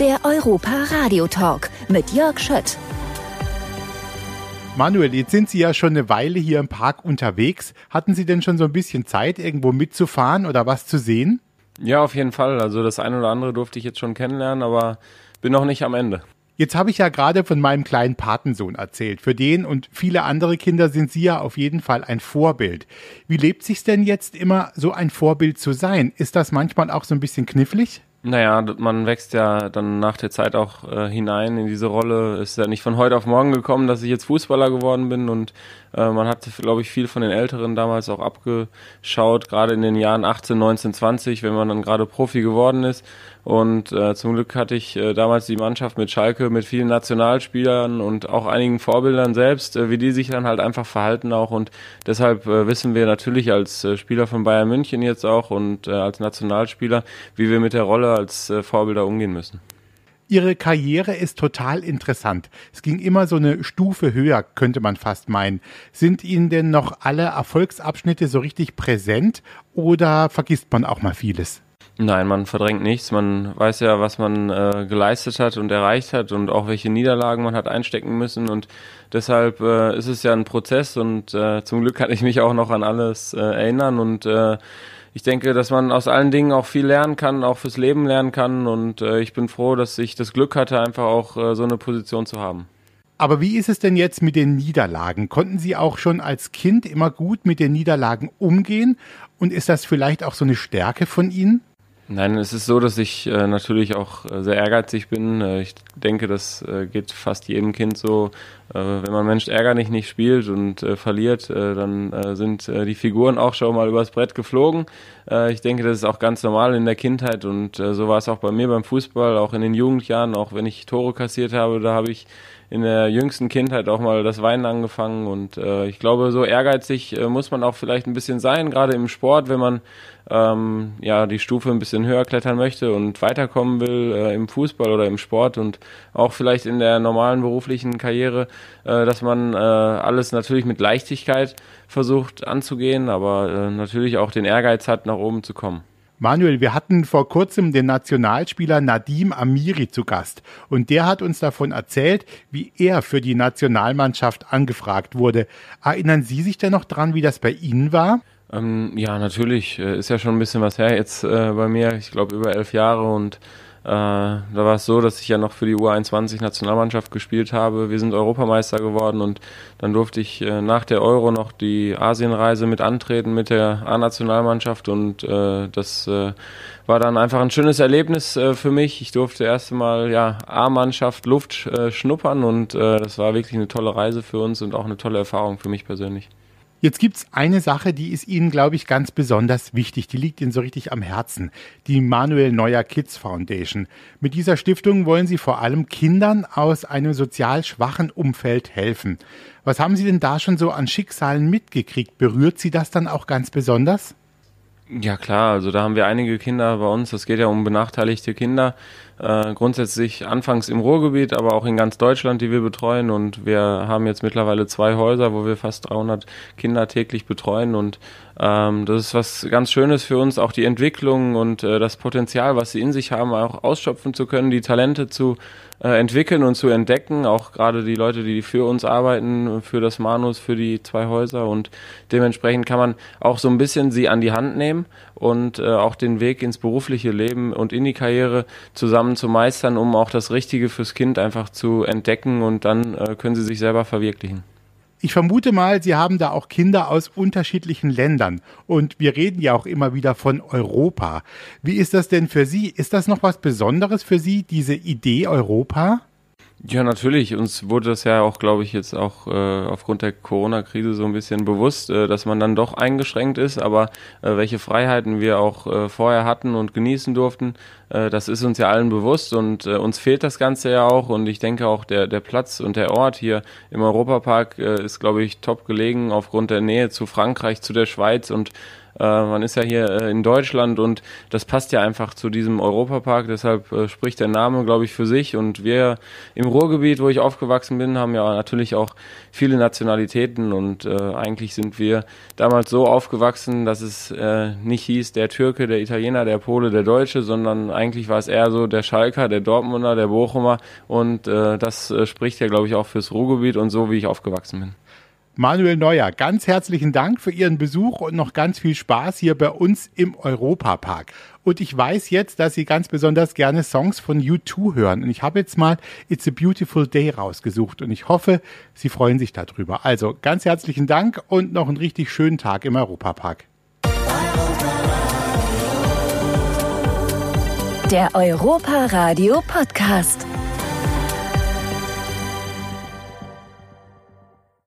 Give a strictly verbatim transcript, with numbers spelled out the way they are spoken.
Der Europa-Radio-Talk mit Jörg Schött. Manuel, jetzt sind Sie ja schon eine Weile hier im Park unterwegs. Hatten Sie denn schon so ein bisschen Zeit, irgendwo mitzufahren oder was zu sehen? Ja, auf jeden Fall. Also das eine oder andere durfte ich jetzt schon kennenlernen, aber bin noch nicht am Ende. Jetzt habe ich ja gerade von meinem kleinen Patensohn erzählt. Für den und viele andere Kinder sind Sie ja auf jeden Fall ein Vorbild. Wie lebt sich's denn jetzt immer, so ein Vorbild zu sein? Ist das manchmal auch so ein bisschen knifflig? Naja, man wächst ja dann nach der Zeit auch äh, hinein in diese Rolle. Ist ja nicht von heute auf morgen gekommen, dass ich jetzt Fußballer geworden bin und äh, man hat, glaube ich, viel von den Älteren damals auch abgeschaut, gerade in den Jahren achtzehn, neunzehn, zwanzig, wenn man dann gerade Profi geworden ist. Und äh, zum Glück hatte ich äh, damals die Mannschaft mit Schalke, mit vielen Nationalspielern und auch einigen Vorbildern selbst, äh, wie die sich dann halt einfach verhalten auch. Und deshalb äh, wissen wir natürlich als äh, Spieler von Bayern München jetzt auch und äh, als Nationalspieler, wie wir mit der Rolle als äh, Vorbilder umgehen müssen. Ihre Karriere ist total interessant. Es ging immer so eine Stufe höher, könnte man fast meinen. Sind Ihnen denn noch alle Erfolgsabschnitte so richtig präsent oder vergisst man auch mal vieles? Nein, man verdrängt nichts. Man weiß ja, was man äh, geleistet hat und erreicht hat und auch welche Niederlagen man hat einstecken müssen. Und deshalb äh, ist es ja ein Prozess und äh, zum Glück kann ich mich auch noch an alles äh, erinnern. Und äh, ich denke, dass man aus allen Dingen auch viel lernen kann, auch fürs Leben lernen kann. Und äh, ich bin froh, dass ich das Glück hatte, einfach auch äh, so eine Position zu haben. Aber wie ist es denn jetzt mit den Niederlagen? Konnten Sie auch schon als Kind immer gut mit den Niederlagen umgehen? Und ist das vielleicht auch so eine Stärke von Ihnen? Nein, es ist so, dass ich äh, natürlich auch äh, sehr ehrgeizig bin. Äh, ich denke, das äh, geht fast jedem Kind so. Äh, wenn man Mensch ärgerlich nicht spielt und äh, verliert, äh, dann äh, sind äh, die Figuren auch schon mal übers Brett geflogen. Äh, ich denke, das ist auch ganz normal in der Kindheit und äh, so war es auch bei mir beim Fußball, auch in den Jugendjahren, auch wenn ich Tore kassiert habe, da habe ich in der jüngsten Kindheit auch mal das Weinen angefangen und äh, ich glaube, so ehrgeizig äh, muss man auch vielleicht ein bisschen sein, gerade im Sport, wenn man ähm, ja die Stufe ein bisschen höher klettern möchte und weiterkommen will äh, im Fußball oder im Sport und auch vielleicht in der normalen beruflichen Karriere, äh, dass man äh, alles natürlich mit Leichtigkeit versucht anzugehen, aber äh, natürlich auch den Ehrgeiz hat, nach oben zu kommen. Manuel, wir hatten vor kurzem den Nationalspieler Nadim Amiri zu Gast und der hat uns davon erzählt, wie er für die Nationalmannschaft angefragt wurde. Erinnern Sie sich denn noch dran, wie das bei Ihnen war? Ähm, ja, natürlich. Ist ja schon ein bisschen was her jetzt äh, bei mir. Ich glaube über elf Jahre und äh, da war es so, dass ich ja noch für die U einundzwanzig Nationalmannschaft gespielt habe. Wir sind Europameister geworden und dann durfte ich äh, nach der Euro noch die Asienreise mit antreten mit der A-Nationalmannschaft und äh, das äh, war dann einfach ein schönes Erlebnis äh, für mich. Ich durfte erst einmal ja A-Mannschaft Luft äh, schnuppern und äh, das war wirklich eine tolle Reise für uns und auch eine tolle Erfahrung für mich persönlich. Jetzt gibt's eine Sache, die ist Ihnen, glaube ich, ganz besonders wichtig. Die liegt Ihnen so richtig am Herzen. Die Manuel Neuer Kids Foundation. Mit dieser Stiftung wollen Sie vor allem Kindern aus einem sozial schwachen Umfeld helfen. Was haben Sie denn da schon so an Schicksalen mitgekriegt? Berührt Sie das dann auch ganz besonders? Ja klar, also da haben wir einige Kinder bei uns. Es geht ja um benachteiligte Kinder. Äh, grundsätzlich anfangs im Ruhrgebiet, aber auch in ganz Deutschland, die wir betreuen. Und wir haben jetzt mittlerweile zwei Häuser, wo wir fast dreihundert Kinder täglich betreuen. Und ähm, das ist was ganz Schönes für uns, auch die Entwicklung und äh, das Potenzial, was sie in sich haben, auch ausschöpfen zu können, die Talente zu äh, entwickeln und zu entdecken. Auch gerade die Leute, die für uns arbeiten, für das Manus, für die zwei Häuser. Und dementsprechend kann man auch so ein bisschen sie an die Hand nehmen und äh, auch den Weg ins berufliche Leben und in die Karriere zusammen zu meistern, um auch das Richtige fürs Kind einfach zu entdecken und dann äh, können sie sich selber verwirklichen. Ich vermute mal, Sie haben da auch Kinder aus unterschiedlichen Ländern und wir reden ja auch immer wieder von Europa. Wie ist das denn für Sie? Ist das noch was Besonderes für Sie, diese Idee Europa? Ja, natürlich. Uns wurde das ja auch, glaube ich, jetzt auch äh, aufgrund der Corona-Krise so ein bisschen bewusst, äh, dass man dann doch eingeschränkt ist. Aber äh, welche Freiheiten wir auch äh, vorher hatten und genießen durften, äh, das ist uns ja allen bewusst. Und äh, uns fehlt das Ganze ja auch. Und ich denke auch, der der Platz und der Ort hier im Europapark äh, ist, glaube ich, top gelegen aufgrund der Nähe zu Frankreich, zu der Schweiz und Äh, man ist ja hier äh, in Deutschland und das passt ja einfach zu diesem Europapark, deshalb äh, spricht der Name, glaube ich, für sich. Und wir im Ruhrgebiet, wo ich aufgewachsen bin, haben ja natürlich auch viele Nationalitäten und äh, eigentlich sind wir damals so aufgewachsen, dass es äh, nicht hieß, der Türke, der Italiener, der Pole, der Deutsche, sondern eigentlich war es eher so der Schalker, der Dortmunder, der Bochumer und äh, das äh, spricht ja, glaube ich, auch fürs Ruhrgebiet und so, wie ich aufgewachsen bin. Manuel Neuer, ganz herzlichen Dank für Ihren Besuch und noch ganz viel Spaß hier bei uns im Europapark. Und ich weiß jetzt, dass Sie ganz besonders gerne Songs von U zwei hören. Und ich habe jetzt mal It's a Beautiful Day rausgesucht und ich hoffe, Sie freuen sich darüber. Also ganz herzlichen Dank und noch einen richtig schönen Tag im Europapark. Der Europa Radio Podcast.